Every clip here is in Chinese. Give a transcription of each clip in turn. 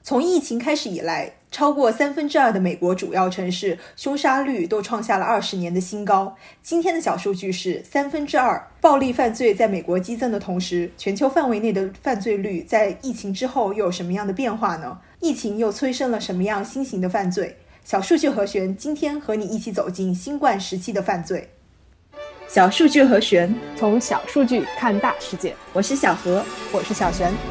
从疫情开始以来，超过2/3的美国主要城市凶杀率都创下了20年的新高。今天的小数据是2/3。暴力犯罪在美国激增的同时，全球范围内的犯罪率在疫情之后又有什么样的变化呢？疫情又催生了什么样新型的犯罪？小数据和弦今天和你一起走进新冠时期的犯罪。小数据和弦， 从小数据看大世界。 我是小何， 我是小璇。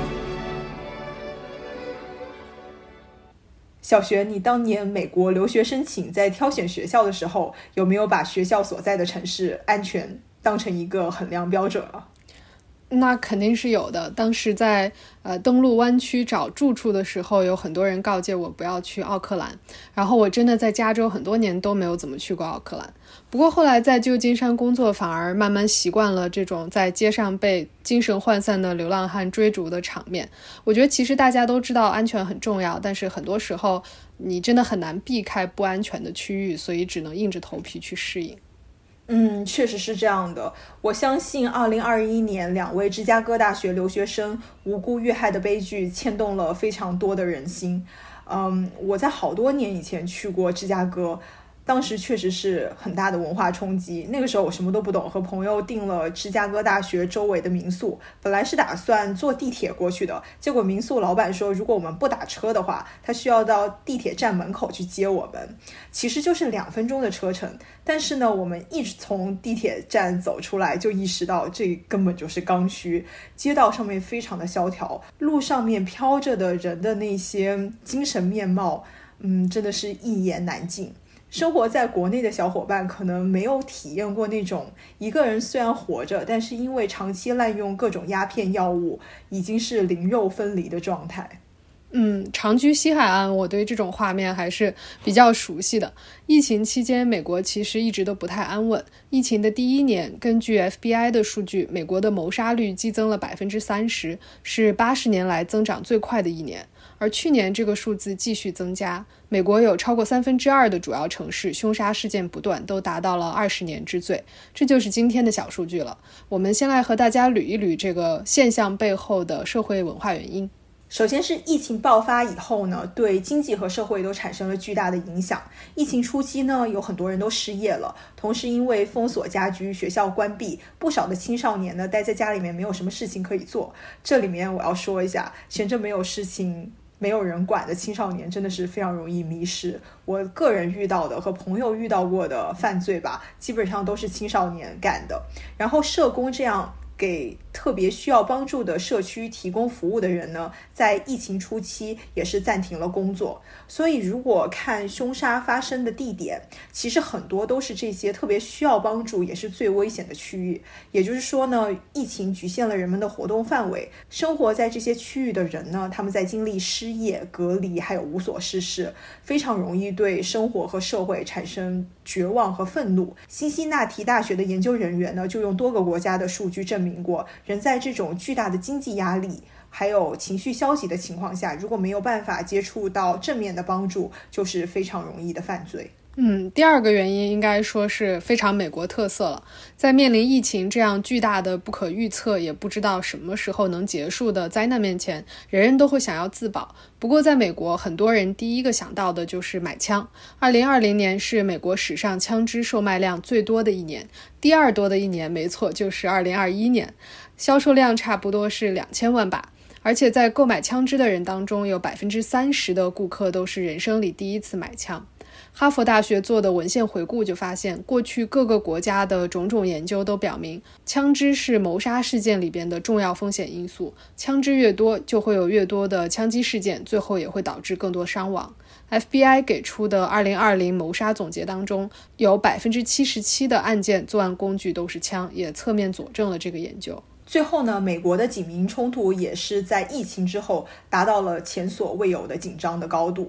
小璇，你当年美国留学申请在挑选学校的时候，有没有把学校所在的城市安全当成一个衡量标准了？ 那肯定是有的。当时在登陆湾区找住处的时候，有很多人告诫我不要去奥克兰，然后我真的在加州很多年都没有怎么去过奥克兰。不过后来在旧金山工作，反而慢慢习惯了这种在街上被精神涣散的流浪汉追逐的场面。我觉得其实大家都知道安全很重要，但是很多时候你真的很难避开不安全的区域，所以只能硬着头皮去适应。 确实是这样的。我相信2021年2位芝加哥大学留学生无辜遇害的悲剧牵动了非常多的人心。我在好多年以前去过芝加哥，当时确实是很大的文化冲击。那个时候我什么都不懂，和朋友订了芝加哥大学周围的民宿，本来是打算坐地铁过去的，结果民宿老板说如果我们不打车的话，他需要到地铁站门口去接我们，其实就是2分钟的车程。但是呢，我们一直从地铁站走出来，就意识到这根本就是刚需。街道上面非常的萧条，路上面飘着的人的那些精神面貌，真的是一言难尽。生活在国内的小伙伴可能没有体验过那种一个人虽然活着，但是因为长期滥用各种鸦片药物，已经是灵肉分离的状态。 长居西海岸，我对这种画面还是比较熟悉的。疫情期间，美国其实一直都不太安稳。疫情的第1年，根据 FBI 的数据，美国的谋杀率激增了30%，是80年来增长最快的1年。而去年这个数字继续增加，美国有超过2/3的主要城市凶杀事件不断，都达到了20年之最。这就是今天的小数据了。我们先来和大家捋一捋这个现象背后的社会文化原因。 首先是疫情爆发以后呢，对经济和社会都产生了巨大的影响。疫情初期呢，有很多人都失业了，同时因为封锁家居，学校关闭，不少的青少年呢待在家里面没有什么事情可以做。这里面我要说一下，闲着没有事情没有人管的青少年真的是非常容易迷失。我个人遇到的和朋友遇到过的犯罪吧，基本上都是青少年干的。然后社工这样给特别需要帮助的社区提供服务的人呢，在疫情初期也是暂停了工作。所以如果看凶杀发生的地点，其实很多都是这些特别需要帮助也是最危险的区域。也就是说呢，疫情局限了人们的活动范围，生活在这些区域的人呢，他们在经历失业、隔离还有无所事事，非常容易对生活和社会产生绝望和愤怒。辛辛那提大学的研究人员呢，就用多个国家的数据证明过，人在这种巨大的经济压力还有情绪消极的情况下，如果没有办法接触到正面的帮助，就是非常容易的犯罪。 第二个原因应该说是非常美国特色了。在面临疫情这样巨大的不可预测也不知道什么时候能结束的灾难面前，人人都会想要自保。不过在美国，很多人第一个想到的就是买枪。2020年是美国史上枪支售卖量最多的一年，第二多的一年没错，就是2021年，销售量差不多是2000万把。而且在购买枪支的人当中，有30%的顾客都是人生里第一次买枪。哈佛大学做的文献回顾就发现，过去各个国家的种种研究都表明，枪支是谋杀事件里边的重要风险因素，枪支越多就会有越多的枪击事件，最后也会导致更多伤亡。FBI 给出的2020谋杀总结当中，有77%的案件作案工具都是枪，也侧面佐证了这个研究。 最后呢，美国的警民冲突也是在疫情之后达到了前所未有的紧张的高度。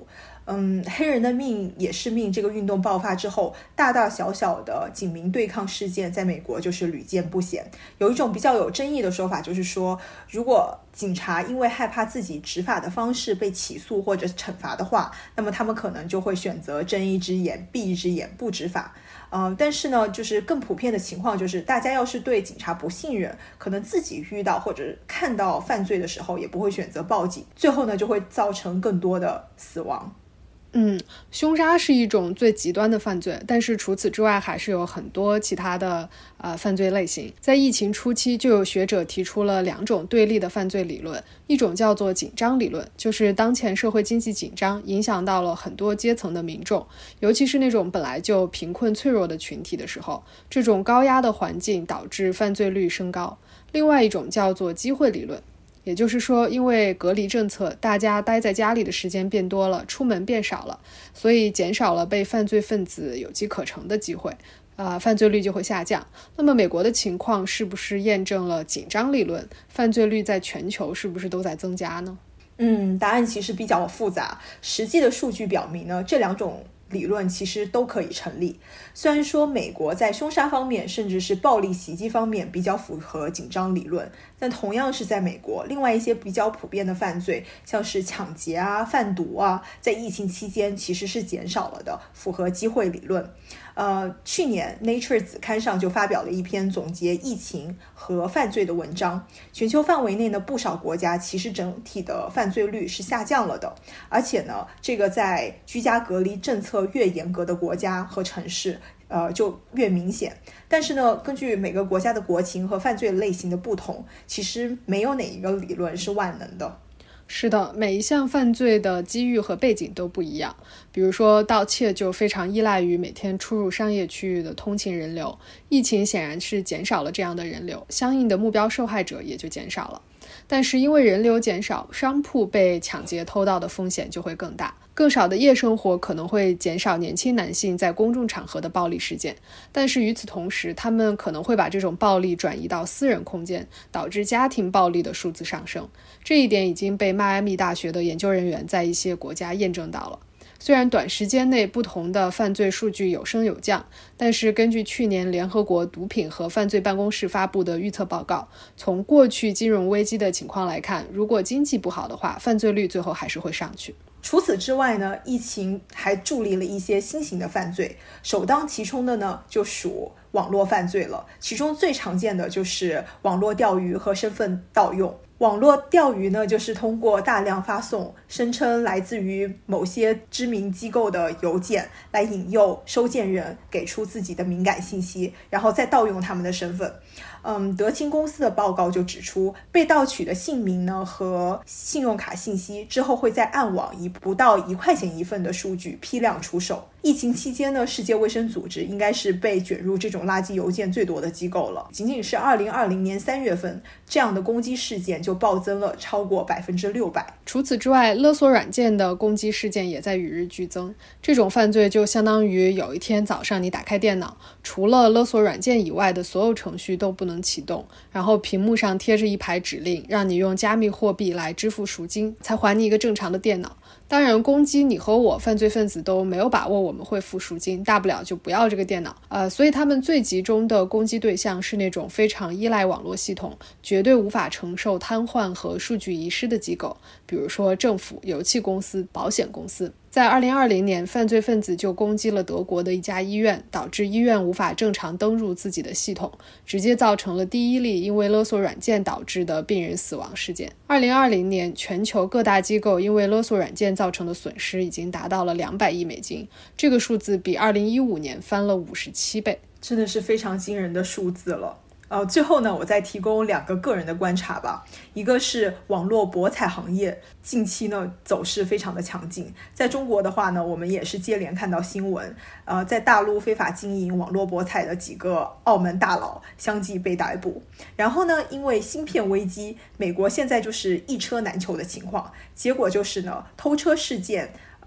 黑人的命也是命这个运动爆发之后，大大小小的警民对抗事件在美国就是屡见不鲜。有一种比较有争议的说法，就是说如果警察因为害怕自己执法的方式被起诉或者惩罚的话，那么他们可能就会选择睁一只眼闭一只眼，不执法。但是呢，就是更普遍的情况就是大家要是对警察不信任，可能自己遇到或者看到犯罪的时候也不会选择报警，最后呢就会造成更多的死亡。 凶杀是一种最极端的犯罪，但是除此之外还是有很多其他的犯罪类型。在疫情初期就有学者提出了2种对立的犯罪理论，一种叫做紧张理论，就是当前社会经济紧张影响到了很多阶层的民众，尤其是那种本来就贫困脆弱的群体的时候，这种高压的环境导致犯罪率升高。另外一种叫做机会理论，也就是说因为隔离政策，大家待在家里的时间变多了，出门变少了，所以减少了被犯罪分子有机可乘的机会，犯罪率就会下降。那么美国的情况是不是验证了紧张理论？犯罪率在全球是不是都在增加呢？ 答案其实比较复杂。实际的数据表明呢，这2种理论其实都可以成立。虽然说美国在凶杀方面甚至是暴力袭击方面比较符合紧张理论，但同样是在美国，另外一些比较普遍的犯罪，像是抢劫啊、贩毒啊，在疫情期间其实是减少了的，符合机会理论。去年 Nature 子刊上就发表了一篇总结疫情和犯罪的文章，全球范围内呢，不少国家其实整体的犯罪率是下降了的，而且呢，这个在居家隔离政策越严格的国家和城市就越明显。但是呢，根据每个国家的国情和犯罪类型的不同，其实没有哪一个理论是万能的。 是的，每一项犯罪的机遇和背景都不一样。比如说盗窃就非常依赖于每天出入商业区域的通勤人流，疫情显然是减少了这样的人流，相应的目标受害者也就减少了。但是因为人流减少，商铺被抢劫偷盗的风险就会更大。更少的夜生活可能会减少年轻男性在公众场合的暴力事件，但是与此同时，他们可能会把这种暴力转移到私人空间，导致家庭暴力的数字上升。这一点已经被迈阿密大学的研究人员在一些国家验证到了。虽然短时间内不同的犯罪数据有升有降，但是根据去年联合国毒品和犯罪办公室发布的预测报告，从过去金融危机的情况来看，如果经济不好的话，犯罪率最后还是会上去。 除此之外呢，疫情还助力了一些新型的犯罪，首当其冲的呢就属网络犯罪了，其中最常见的就是网络钓鱼和身份盗用。网络钓鱼呢，就是通过大量发送声称来自于某些知名机构的邮件，来引诱收件人给出自己的敏感信息，然后再盗用他们的身份。德勤公司的报告就指出，被盗取的姓名呢和信用卡信息之后会在暗网以不到1块钱一份的数据批量出售。疫情期间呢，世界卫生组织应该是被卷入这种垃圾邮件最多的机构了。仅仅是2020年3月份，这样的攻击事件就暴增了超过600%。 除此之外，勒索软件的攻击事件也在与日俱增。这种犯罪就相当于有一天早上你打开电脑，除了勒索软件以外的所有程序都不能启动，然后屏幕上贴着一排指令，让你用加密货币来支付赎金，才还你一个正常的电脑。当然，攻击你和我犯罪分子都没有把握我们会付赎金，大不了就不要这个电脑。所以他们最集中的攻击对象是那种非常依赖网络系统，绝对无法承受瘫痪和数据遗失的机构，比如说政府、油气公司、保险公司。在2020年，犯罪分子就攻击了德国的一家医院，导致医院无法正常登入自己的系统，直接造成了第一例因为勒索软件导致的病人死亡事件。2020年，全球各大机构因为勒索软件造成的损失已经达到了200亿美金，这个数字比2015年翻了57倍， 真的是非常惊人的数字了。最后呢，我再提供2个个人的观察吧。一个是网络博彩行业近期呢走势非常的强劲，在中国的话呢，我们也是接连看到新闻，在大陆非法经营网络博彩的几个澳门大佬相继被逮捕。然后呢，因为芯片危机，美国现在就是一车难求的情况，结果就是呢，偷车事件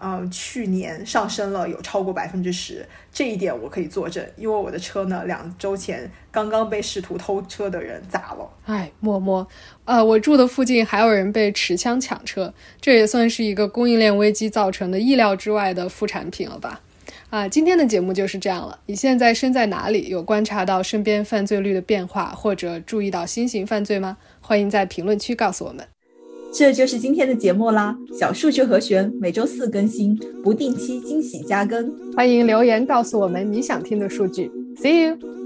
去年上升了有超过10%，这一点我可以作证，因为我的车呢2周前刚刚被试图偷车的人砸了。 哎，默默，我住的附近还有人被持枪抢车，这也算是一个供应链危机造成的意料之外的副产品了吧？今天的节目就是这样了。你现在身在哪里？有观察到身边犯罪率的变化，或者注意到新型犯罪吗？欢迎在评论区告诉我们。 这就是今天的节目啦，小数据和弦每周4更新，不定期惊喜加更， 欢迎留言告诉我们你想听的数据。See you。